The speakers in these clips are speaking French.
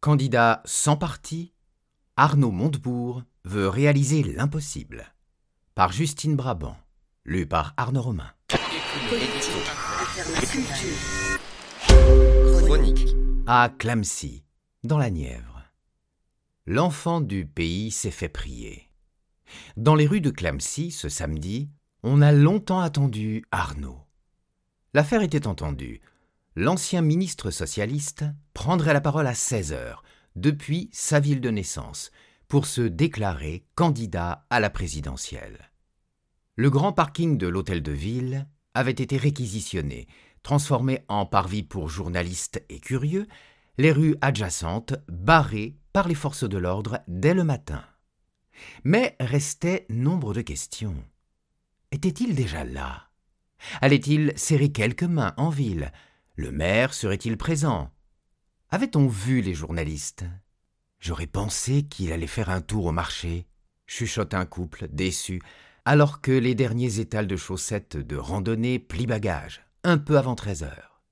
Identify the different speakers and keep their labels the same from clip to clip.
Speaker 1: Candidat sans parti, Arnaud Montebourg veut réaliser l'impossible. Par Justine Brabant, lu par Arnaud Romain.
Speaker 2: Chronique.
Speaker 1: À Clamecy, dans la Nièvre. L'enfant du pays s'est fait prier. Dans les rues de Clamecy, ce samedi, on a longtemps attendu Arnaud. L'affaire était entendue. L'ancien ministre socialiste prendrait la parole à 16h, depuis sa ville de naissance, pour se déclarer candidat à la présidentielle. Le grand parking de l'hôtel de ville avait été réquisitionné, transformé en parvis pour journalistes et curieux, les rues adjacentes barrées par les forces de l'ordre dès le matin. Mais restait nombre de questions. Était-il déjà là? Allait-il serrer quelques mains en ville? Le maire serait-il présent? Avait-on vu les journalistes? J'aurais pensé qu'il allait faire un tour au marché, chuchote un couple déçu, alors que les derniers étals de chaussettes de randonnée plient bagages, un peu avant 13h.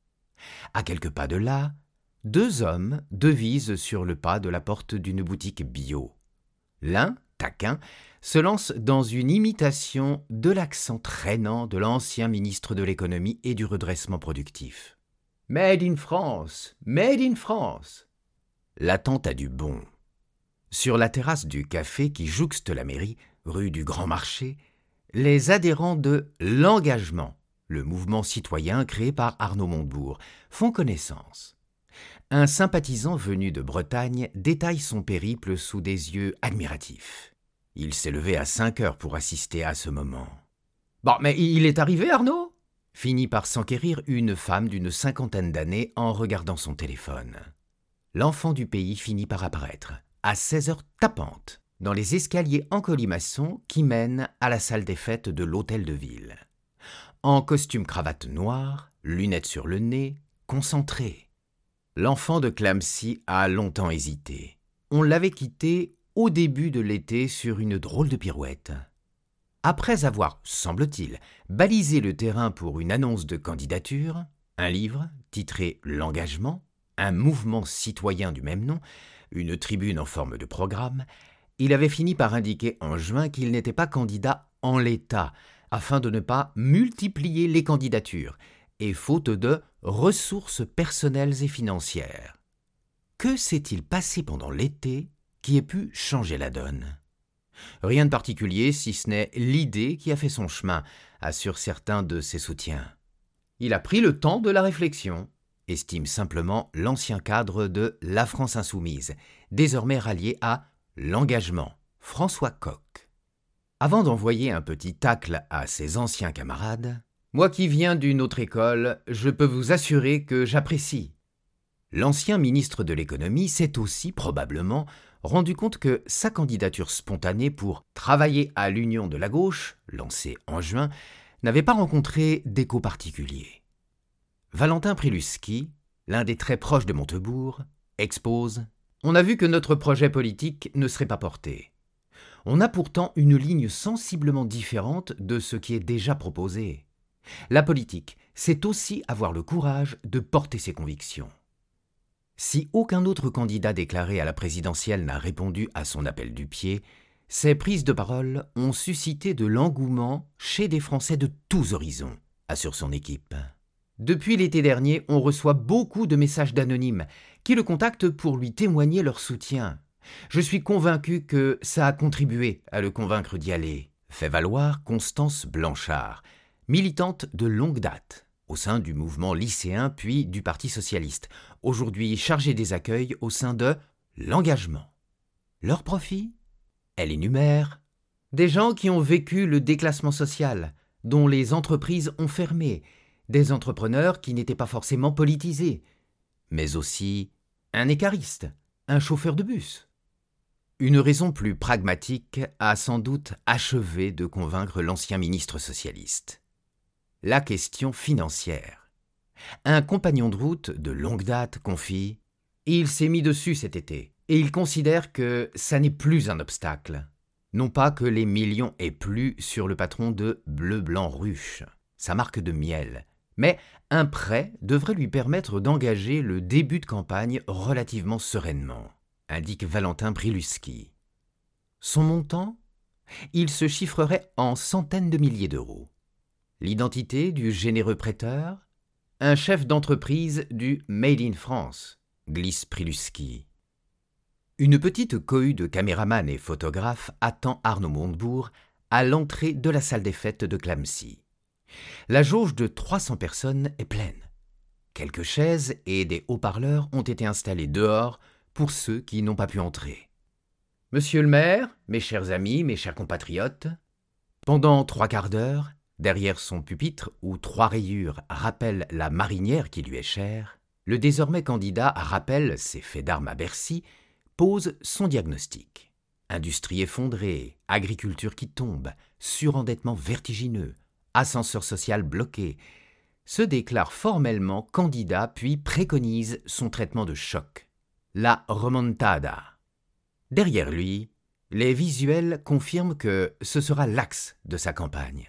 Speaker 1: À quelques pas de là, deux hommes devisent sur le pas de la porte d'une boutique bio. L'un, taquin, se lance dans une imitation de l'accent traînant de l'ancien ministre de l'économie et du redressement productif. « Made in France, made in France !» L'attente a du bon. Sur la terrasse du café qui jouxte la mairie, rue du Grand Marché, les adhérents de l'Engagement, le mouvement citoyen créé par Arnaud Montebourg, font connaissance. Un sympathisant venu de Bretagne détaille son périple sous des yeux admiratifs. Il s'est levé à 5h pour assister à ce moment. « Bon, mais il est arrivé, Arnaud ?» finit par s'enquérir une femme d'une 50aine d'années en regardant son téléphone. L'enfant du pays finit par apparaître, à 16h tapantes, dans les escaliers en colimaçon qui mènent à la salle des fêtes de l'hôtel de ville. En costume cravate noire, lunettes sur le nez, concentré. L'enfant de Clamecy a longtemps hésité. On l'avait quitté au début de l'été sur une drôle de pirouette. Après avoir, semble-t-il, balisé le terrain pour une annonce de candidature, un livre titré « L'Engagement », un mouvement citoyen du même nom, une tribune en forme de programme, il avait fini par indiquer en juin qu'il n'était pas candidat en l'état, afin de ne pas multiplier les candidatures, et faute de ressources personnelles et financières. Que s'est-il passé pendant l'été qui ait pu changer la donne ? Rien de particulier, si ce n'est l'idée qui a fait son chemin, assurent certains de ses soutiens. Il a pris le temps de la réflexion, estime simplement l'ancien cadre de La France Insoumise, désormais rallié à l'Engagement, François Coq. Avant d'envoyer un petit tacle à ses anciens camarades, « Moi qui viens d'une autre école, je peux vous assurer que j'apprécie. » L'ancien ministre de l'économie s'est aussi, probablement, rendu compte que sa candidature spontanée pour travailler à l'Union de la gauche, lancée en juin, n'avait pas rencontré d'écho particulier. Valentin Priluski, l'un des très proches de Montebourg, expose « On a vu que notre projet politique ne serait pas porté. On a pourtant une ligne sensiblement différente de ce qui est déjà proposé. La politique, c'est aussi avoir le courage de porter ses convictions. » Si aucun autre candidat déclaré à la présidentielle n'a répondu à son appel du pied, ces prises de parole ont suscité de l'engouement chez des Français de tous horizons, assure son équipe. Depuis l'été dernier, on reçoit beaucoup de messages d'anonymes qui le contactent pour lui témoigner leur soutien. Je suis convaincu que ça a contribué à le convaincre d'y aller, fait valoir Constance Blanchard, militante de longue date au sein du mouvement lycéen puis du Parti socialiste, aujourd'hui chargée des accueils au sein de l'Engagement. Leur profit? Elle énumère des gens qui ont vécu le déclassement social, dont les entreprises ont fermé, des entrepreneurs qui n'étaient pas forcément politisés, mais aussi un écariste, un chauffeur de bus. Une raison plus pragmatique a sans doute achevé de convaincre l'ancien ministre socialiste. La question financière. Un compagnon de route de longue date confie « Il s'est mis dessus cet été et il considère que ça n'est plus un obstacle. Non pas que les millions aient plu sur le patron de Bleu Blanc Ruche, sa marque de miel, Mais un prêt devrait lui permettre d'engager le début de campagne relativement sereinement, indique Valentin Priluski. Son montant ? Il se chiffrerait en centaines de milliers d'euros. L'identité du généreux prêteur ? Un chef d'entreprise du « Made in France », glisse Priluski. Une petite cohue de caméramans et photographes attend Arnaud Montebourg à l'entrée de la salle des fêtes de Clamecy. La jauge de 300 personnes est pleine. Quelques chaises et des haut-parleurs ont été installés dehors pour ceux qui n'ont pas pu entrer. « Monsieur le maire, mes chers amis, mes chers compatriotes », pendant 3 quarts d'heure, derrière son pupitre où 3 rayures rappellent la marinière qui lui est chère, le désormais candidat rappelle ses faits d'armes à Bercy, pose son diagnostic. Industrie effondrée, agriculture qui tombe, surendettement vertigineux, ascenseur social bloqué, se déclare formellement candidat puis préconise son traitement de choc, la remontada. Derrière lui, les visuels confirment que ce sera l'axe de sa campagne.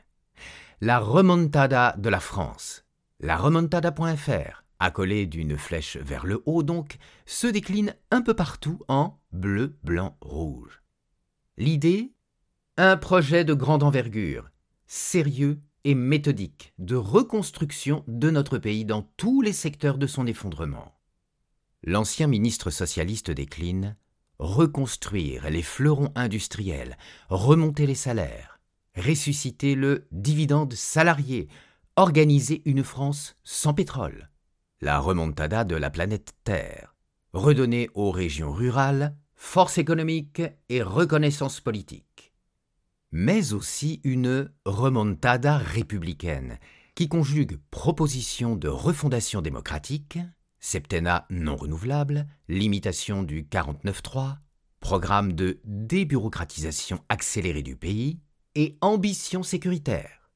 Speaker 1: La remontada de la France, la remontada.fr, accolée d'une flèche vers le haut donc, se décline un peu partout en bleu, blanc, rouge. L'idée ? Un projet de grande envergure, sérieux et méthodique de reconstruction de notre pays dans tous les secteurs de son effondrement. L'ancien ministre socialiste décline « Reconstruire les fleurons industriels, remonter les salaires, ressusciter le dividende salarié, organiser une France sans pétrole, la remontada de la planète Terre, redonner aux régions rurales force économique et reconnaissance politique. » Mais aussi une remontada républicaine qui conjugue proposition de refondation démocratique, septennat non renouvelable, limitation du 49.3, programme de débureaucratisation accélérée du pays et ambition sécuritaire.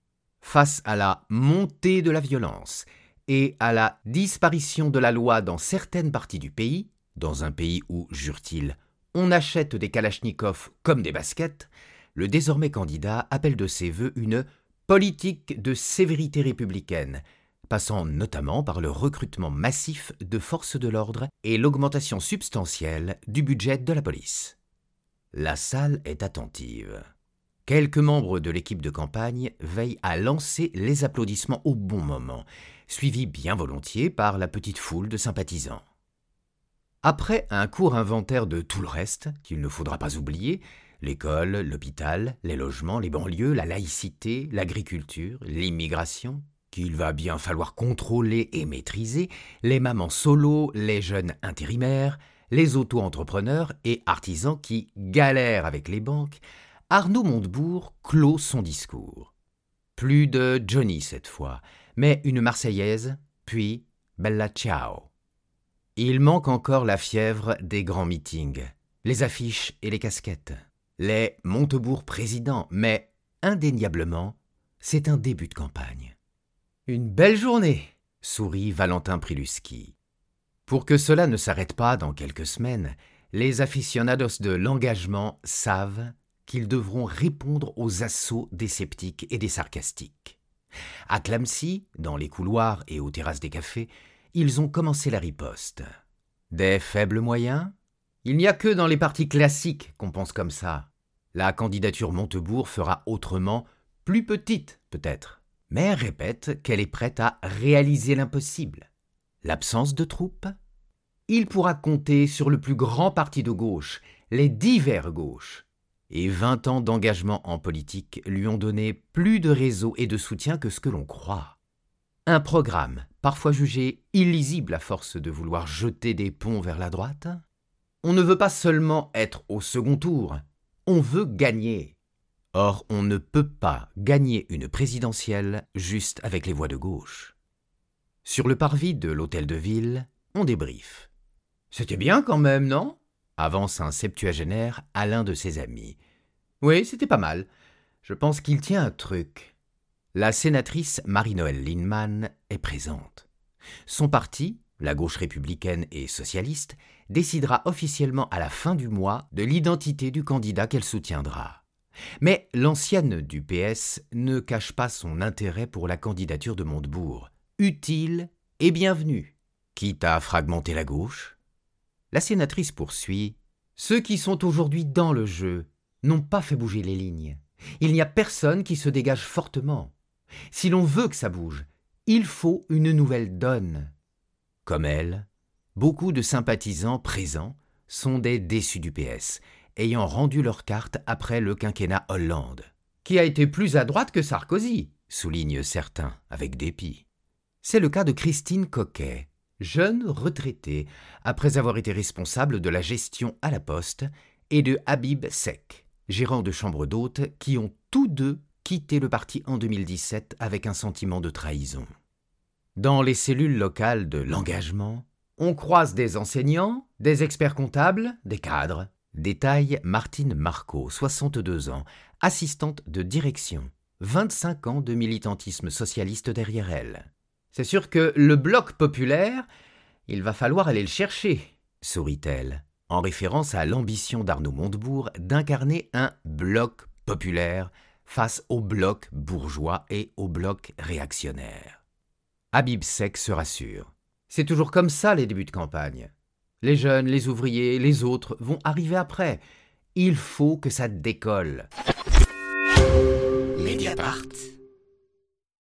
Speaker 1: Face à la montée de la violence et à la disparition de la loi dans certaines parties du pays, dans un pays où, jure-t-il, on achète des kalachnikovs comme des baskets, le désormais candidat appelle de ses vœux une politique de sévérité républicaine, passant notamment par le recrutement massif de forces de l'ordre et l'augmentation substantielle du budget de la police. La salle est attentive. Quelques membres de l'équipe de campagne veillent à lancer les applaudissements au bon moment, suivis bien volontiers par la petite foule de sympathisants. Après un court inventaire de tout le reste, qu'il ne faudra pas oublier, l'école, l'hôpital, les logements, les banlieues, la laïcité, l'agriculture, l'immigration, qu'il va bien falloir contrôler et maîtriser, les mamans solo, les jeunes intérimaires, les auto-entrepreneurs et artisans qui galèrent avec les banques, Arnaud Montebourg clôt son discours. Plus de Johnny cette fois, mais une Marseillaise, puis Bella Ciao. Il manque encore la fièvre des grands meetings, les affiches et les casquettes, les Montebourg présidents, mais indéniablement, c'est un début de campagne. Une belle journée, sourit Valentin Priluski. Pour que cela ne s'arrête pas dans quelques semaines, les aficionados de l'engagement savent qu'ils devront répondre aux assauts des sceptiques et des sarcastiques. À Clamecy, dans les couloirs et aux terrasses des cafés, ils ont commencé la riposte. Des faibles moyens ? Il n'y a que dans les partis classiques qu'on pense comme ça. La candidature Montebourg fera autrement, plus petite peut-être, mais répète qu'elle est prête à réaliser l'impossible. L'absence de troupes ? Il pourra compter sur le plus grand parti de gauche, les divers gauches. Et 20 ans d'engagement en politique lui ont donné plus de réseau et de soutien que ce que l'on croit. Un programme, parfois jugé illisible à force de vouloir jeter des ponts vers la droite. On ne veut pas seulement être au second tour, on veut gagner. Or, on ne peut pas gagner une présidentielle juste avec les voix de gauche. Sur le parvis de l'hôtel de ville, on débriefe. « C'était bien quand même, non ?» avance un septuagénaire à l'un de ses amis. « Oui, c'était pas mal. Je pense qu'il tient un truc. » La sénatrice Marie-Noëlle Lienemann est présente. Son parti, la gauche républicaine et socialiste, décidera officiellement à la fin du mois de l'identité du candidat qu'elle soutiendra. Mais l'ancienne du PS ne cache pas son intérêt pour la candidature de Montebourg, utile et bienvenue, quitte à fragmenter la gauche. La sénatrice poursuit « Ceux qui sont aujourd'hui dans le jeu n'ont pas fait bouger les lignes. Il n'y a personne qui se dégage fortement. Si l'on veut que ça bouge, il faut une nouvelle donne. » Comme elle, beaucoup de sympathisants présents sont des déçus du PS, ayant rendu leur carte après le quinquennat Hollande, qui a été plus à droite que Sarkozy, soulignent certains avec dépit. C'est le cas de Christine Coquet, jeune retraitée après avoir été responsable de la gestion à la Poste, et de Habib Sek, gérant de chambre d'hôtes, qui ont tous deux quitté le parti en 2017 avec un sentiment de trahison. Dans les cellules locales de l'engagement, on croise des enseignants, des experts comptables, des cadres. Détaille Martine Marco, 62 ans, assistante de direction, 25 ans de militantisme socialiste derrière elle. C'est sûr que le bloc populaire, il va falloir aller le chercher, sourit-elle, en référence à l'ambition d'Arnaud Montebourg d'incarner un bloc populaire face au bloc bourgeois et au bloc réactionnaire. Habib Sek se rassure. C'est toujours comme ça les débuts de campagne. Les jeunes, les ouvriers, les autres vont arriver après. Il faut que ça décolle.
Speaker 2: Mediapart.